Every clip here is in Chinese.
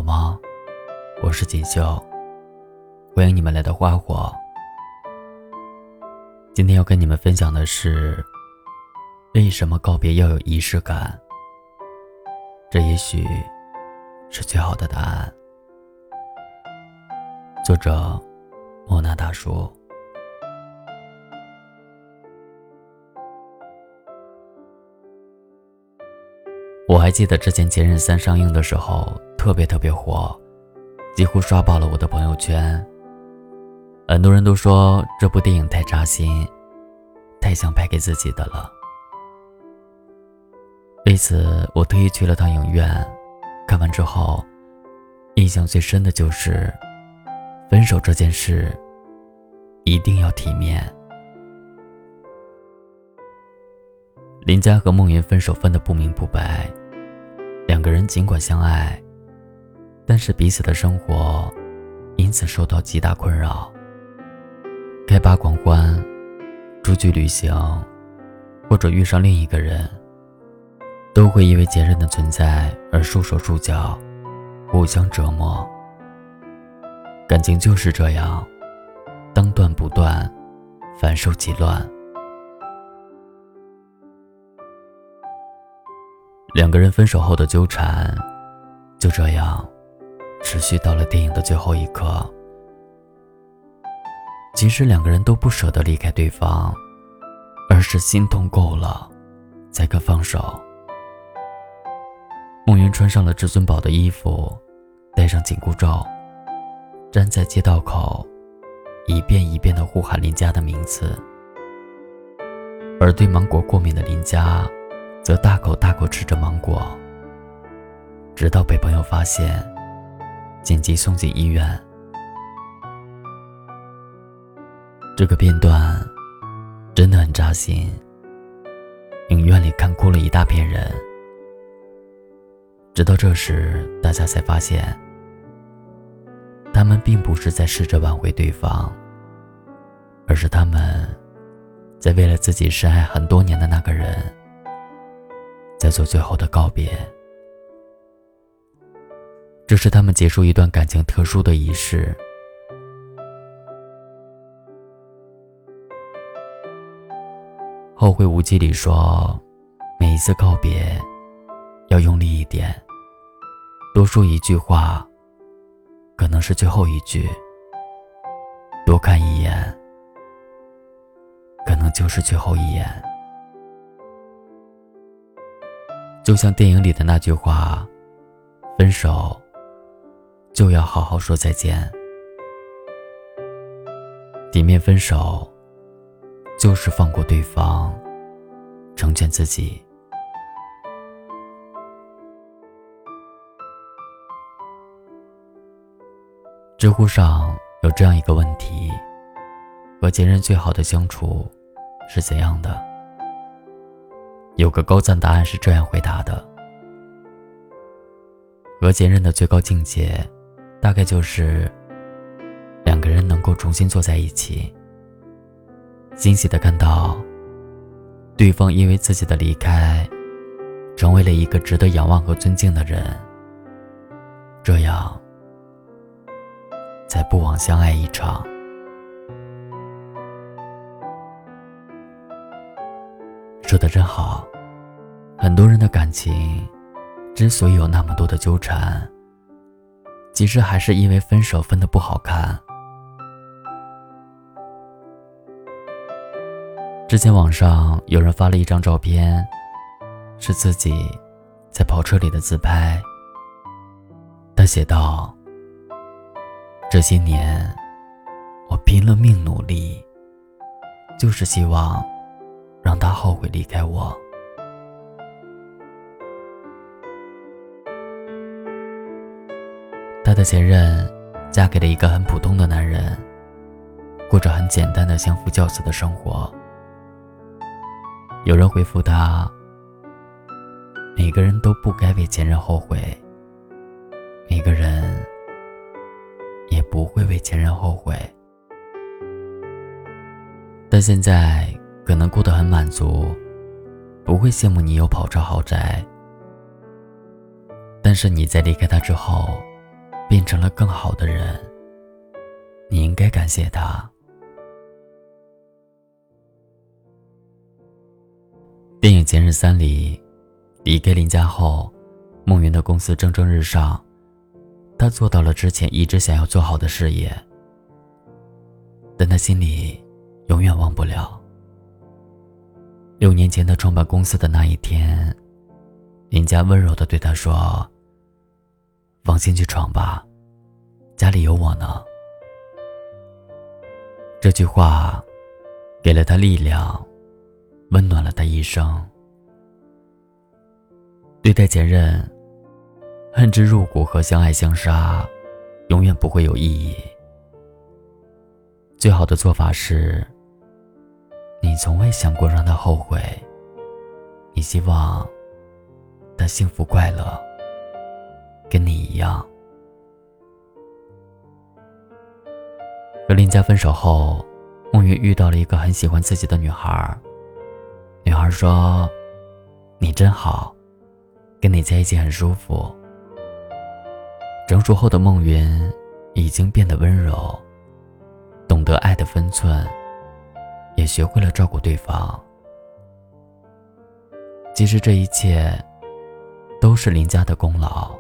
好吗？我是锦绣，欢迎你们来到花火。今天要跟你们分享的是，为什么告别要有仪式感？这也许是最好的答案。作者莫那大叔。我还记得之前《前任3》上映的时候特别火，几乎刷爆了我的朋友圈。很多人都说这部电影太扎心，太想拍给自己的了。为此我特意去了趟影院，看完之后印象最深的就是分手这件事一定要体面。林佳和孟云分手分得不明不白，两个人尽管相爱，但是彼此的生活因此受到极大困扰。开趴狂欢，出去旅行，或者遇上另一个人，都会因为前任的存在而束手束脚，互相折磨。感情就是这样，当断不断，反受其乱。两个人分手后的纠缠，就这样持续到了电影的最后一刻。其实两个人都不舍得离开对方，而是心痛够了才肯放手。孟云穿上了至尊宝的衣服，戴上紧箍咒，站在街道口，一遍一遍地呼喊林佳的名字。而对芒果过敏的林佳则大口吃着芒果，直到被朋友发现，紧急送进医院。这个片段真的很扎心，影院里看哭了一大片人。直到这时，大家才发现，他们并不是在试着挽回对方，而是他们在为了自己深爱很多年的那个人在做最后的告别。这是他们结束一段感情特殊的仪式。《后会无期》里说，每一次告别要用力一点，多说一句话可能是最后一句，多看一眼可能就是最后一眼。就像电影里的那句话，分手就要好好说再见。体面分手就是放过对方，成全自己。知乎上有这样一个问题，和前任最好的相处是怎样的？有个高赞答案是这样回答的：和前任的最高境界，大概就是两个人能够重新坐在一起，欣喜地看到对方因为自己的离开成为了一个值得仰望和尊敬的人，这样才不枉相爱一场。说得真好，很多人的感情之所以有那么多的纠缠，其实还是因为分手分得不好看。之前网上有人发了一张照片，是自己在跑车里的自拍。他写道：这些年我拼了命努力，就是希望让他后悔离开我。他的前任嫁给了一个很普通的男人，过着很简单的相夫教子的生活。有人回复他，每个人都不该为前任后悔，每个人也不会为前任后悔。但现在可能过得很满足，不会羡慕你有跑车豪宅，但是你在离开他之后， 变成了更好的人，你应该感谢他。电影《前任三》里，离开林家后，孟云的公司蒸蒸日上，他做到了之前一直想要做好的事业，但他心里永远忘不了6年前他创办公司的那一天，林家温柔地对他说：放心去闯吧，家里有我呢。这句话给了他力量，温暖了他一生。对待前任，恨之入骨和相爱相杀永远不会有意义。最好的做法是，你从未想过让他后悔，你希望他幸福快乐，跟你一样。和林家分手后，孟云遇到了一个很喜欢自己的女孩。女孩说：你真好，跟你在一起很舒服。成熟后的孟云已经变得温柔，懂得爱的分寸，也学会了照顾对方。其实这一切都是林家的功劳。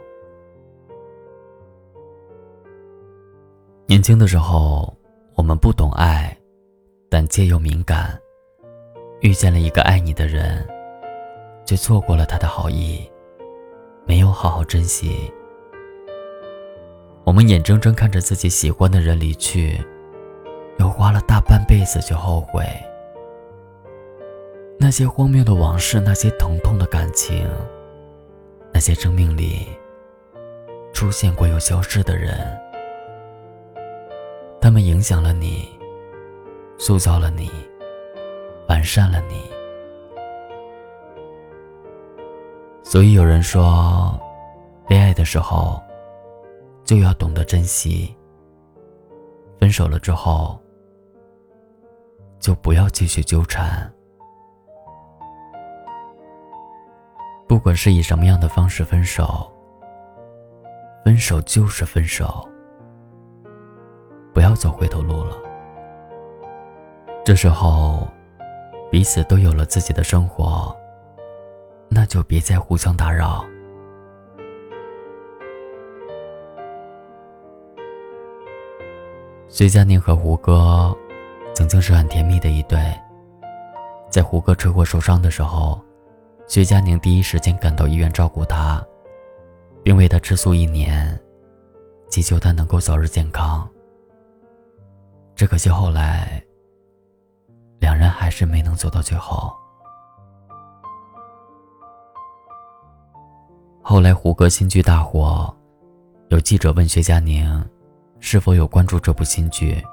年轻的时候，我们不懂爱，胆怯又敏感，遇见了一个爱你的人，却错过了他的好意，没有好好珍惜。我们眼睁睁看着自己喜欢的人离去，又花了大半辈子去后悔。那些荒谬的往事，那些疼痛的感情，那些生命里出现过又消失的人，他们影响了你，塑造了你，完善了你。所以有人说，恋爱的时候就要懂得珍惜，分手了之后就不要继续纠缠。不管是以什么样的方式分手，分手就是分手，不要走回头路了。这时候彼此都有了自己的生活，那就别再互相打扰。薛佳凝和胡歌曾经是很甜蜜的一对。在胡歌车祸受伤的时候，薛佳凝第一时间赶到医院照顾他，并为他吃素1年，祈求他能够早日健康。只可惜后来两人还是没能走到最后。后来胡歌新剧大火，有记者问薛佳凝是否有关注这部新剧。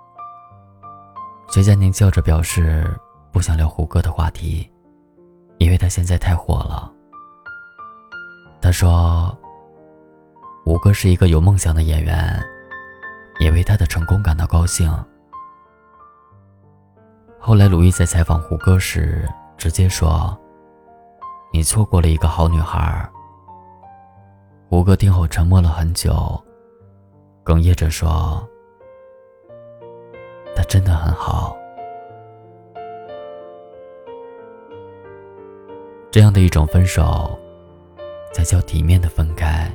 薛佳凝笑着表示不想聊胡歌的话题，因为他现在太火了。他说胡歌是一个有梦想的演员，也为他的成功感到高兴。后来鲁豫在采访胡歌时直接说，你错过了一个好女孩。胡歌听后沉默了很久，哽咽着说，她真的很好。这样的一种分手才叫体面的分开。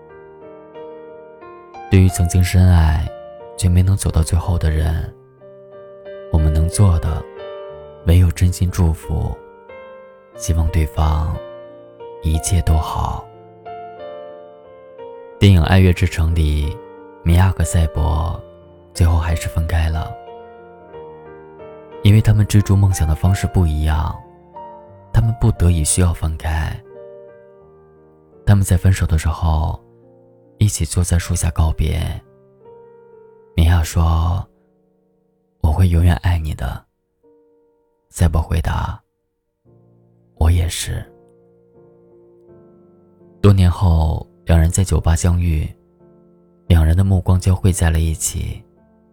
对于曾经深爱却没能走到最后的人，我们能做的唯有真心祝福，希望对方一切都好。电影《爱乐之城》里，米娅和赛博最后还是分开了，因为他们追逐梦想的方式不一样，他们不得已需要分开。他们在分手的时候一起坐在树下告别。米娅说，我会永远爱你的。赛博回答，我也是。多年后，两人在酒吧相遇，两人的目光交汇在了一起。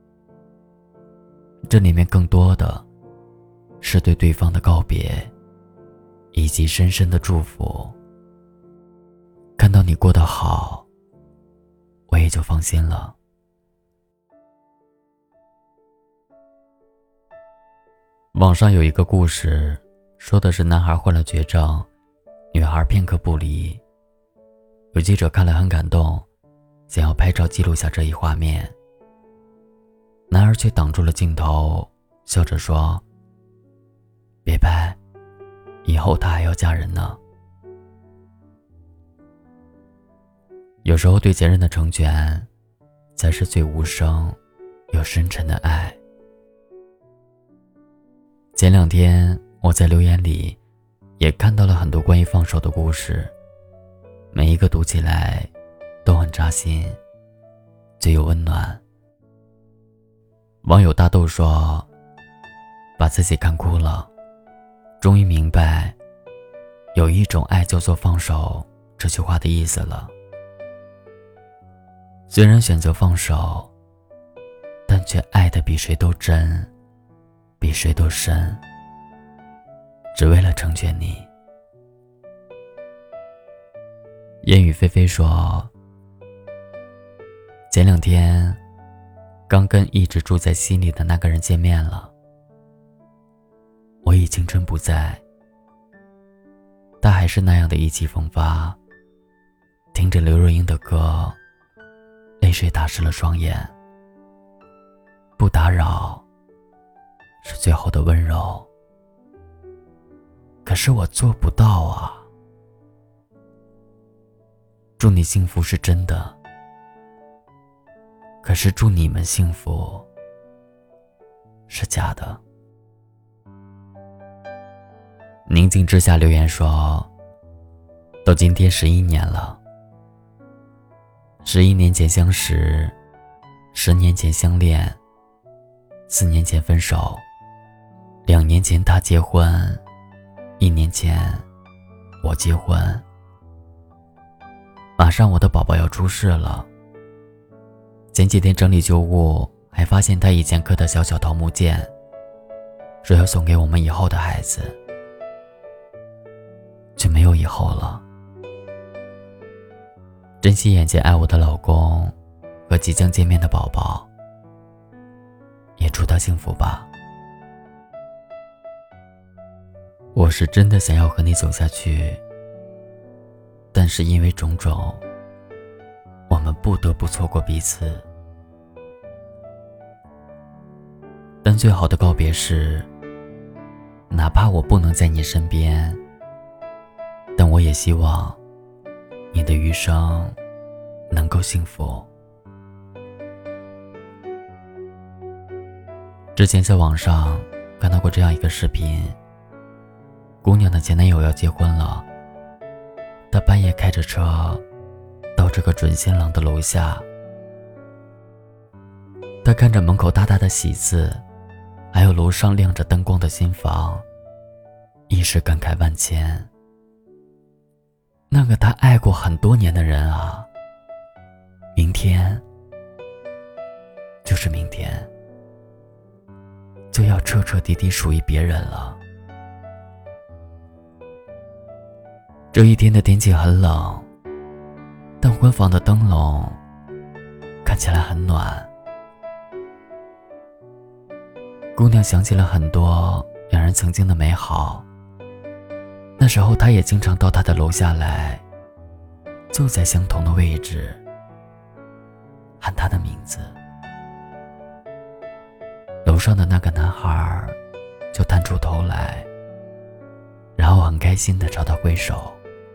这里面更多的是对对方的告别，以及深深的祝福。看到你过得好， 我也就放心了。网上有一个故事，说的是男孩患了绝症，女孩片刻不离。有记者看了很感动，想要拍照记录下这一画面。男孩却挡住了镜头，笑着说：“别拍，以后他还要嫁人呢。”有时候对前任的成全，才是最无声又深沉的爱。前2天我在留言里也看到了很多关于放手的故事，每一个读起来都很扎心，最有温暖。网友大豆说，把自己看哭了，终于明白有一种爱叫做放手这句话的意思了。虽然选择放手，但却爱得比谁都真，比谁都深，只为了成全你。烟雨霏霏说，前2天刚跟一直住在心里的那个人见面了。我已青春不在，他还是那样的意气风发，听着刘若英的歌，泪水打湿了双眼。不打扰是最后的温柔，可是我做不到啊。祝你幸福是真的，可是祝你们幸福是假的。宁静之下留言说，到今天11年了，11年前相识，10年前相恋，4年前分手，2年前他结婚，1年前我结婚。马上我的宝宝要出世了，前几天整理旧物，还发现他以前刻的小小桃木剑，说要送给我们以后的孩子，却没有以后了。珍惜眼前爱我的老公和即将见面的宝宝，也祝他幸福吧。我是真的想要和你走下去，但是因为种种，我们不得不错过彼此。但最好的告别是，哪怕我不能在你身边，但我也希望你的余生能够幸福。之前在网上看到过这样一个视频，姑娘的前男友要结婚了，她半夜开着车到这个准新郎的楼下，她看着门口大大的喜字，还有楼上亮着灯光的新房，一时感慨万千。那个她爱过很多年的人啊，明天就是明天，就要彻彻底底属于别人了。这一天的天气很冷，但婚房的灯笼看起来很暖。姑娘想起了很多两人曾经的美好，那时候她也经常到他的楼下来，坐在相同的位置，喊他的名字。楼上的那个男孩就探出头来，然后很开心地朝他挥手。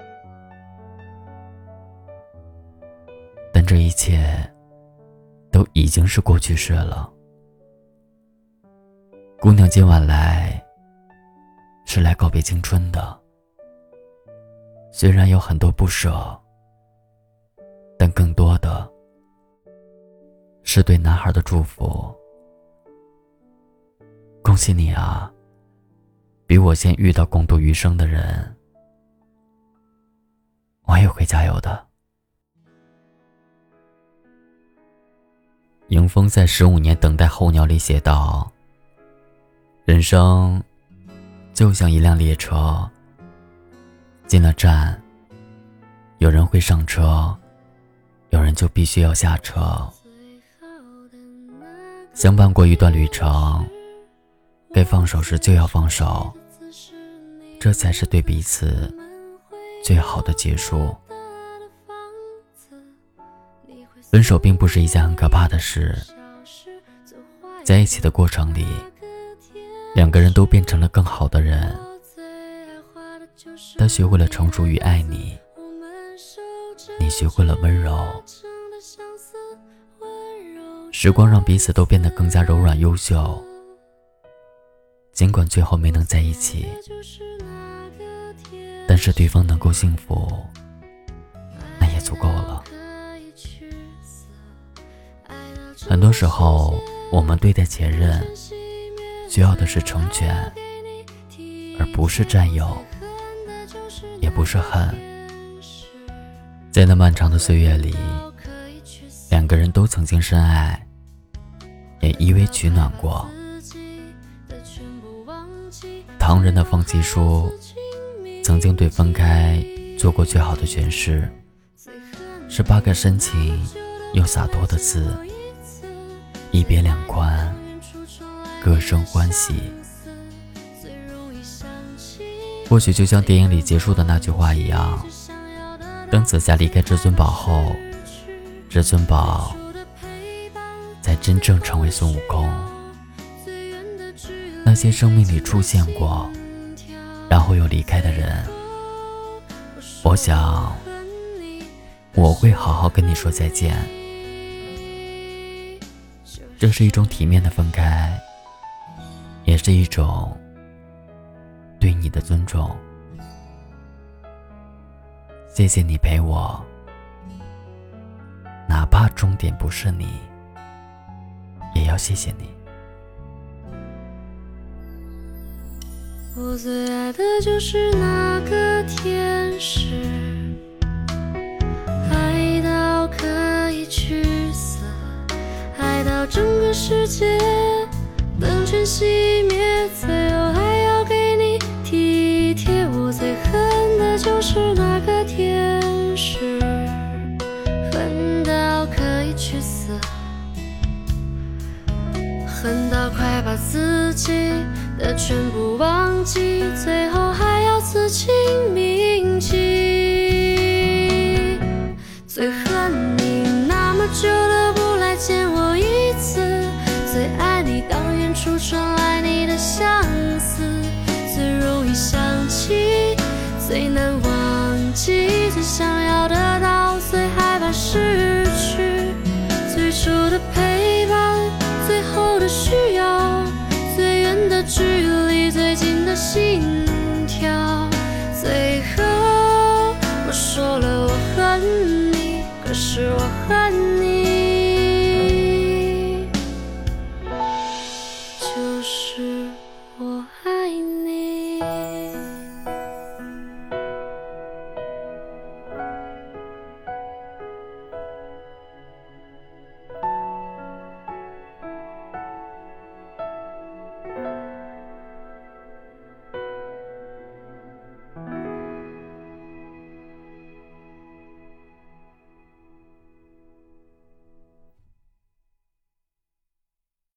但这一切都已经是过去式了。姑娘今晚来是来告别青春的，虽然有很多不舍，但更多的是对男孩的祝福。恭喜你啊，比我先遇到共度余生的人，我也会加油的。迎风在15年等待候鸟里写道，人生就像一辆列车，进了站，有人会上车， 有人就必须要下车。相伴过一段旅程，该放手时就要放手，这才是对彼此最好的结束。分手并不是一件很可怕的事，在一起的过程里，两个人都变成了更好的人。他学会了成熟与爱你，你学会了温柔。时光让彼此都变得更加柔软优秀，尽管最后没能在一起，但是对方能够幸福，那也足够了。很多时候，我们对待前任需要的是成全，而不是占有，也不是恨。在那漫长的岁月里，两个人都曾经深爱，也依偎取暖过。唐人的放弃书曾经对分开做过最好的诠释，是8个深情又洒脱的字，一别两宽，各生欢喜。或许就像电影里结束的那句话一样，当紫霞离开至尊宝后，至尊宝才真正成为孙悟空。那些生命里出现过然后又离开的人，我想我会好好跟你说再见。这是一种体面的分开，也是一种对你的尊重。谢谢你陪我，哪怕终点不是你，也要谢谢你。 我最爱的就是那个天使，爱到可以去死，爱到整个世界灯全熄灭，最后还要给你体贴。我最恨的就是那个天使，恨到可以去死，恨到快把自己的全部忘记，最后还要自请铭记。最恨你那么久都不来见我一次，最爱你当远处传来你的相思，最容易想起，最难忘记，最想要得到，最害怕失去。最初的陪伴，最后的需要，最远的距离，最近的心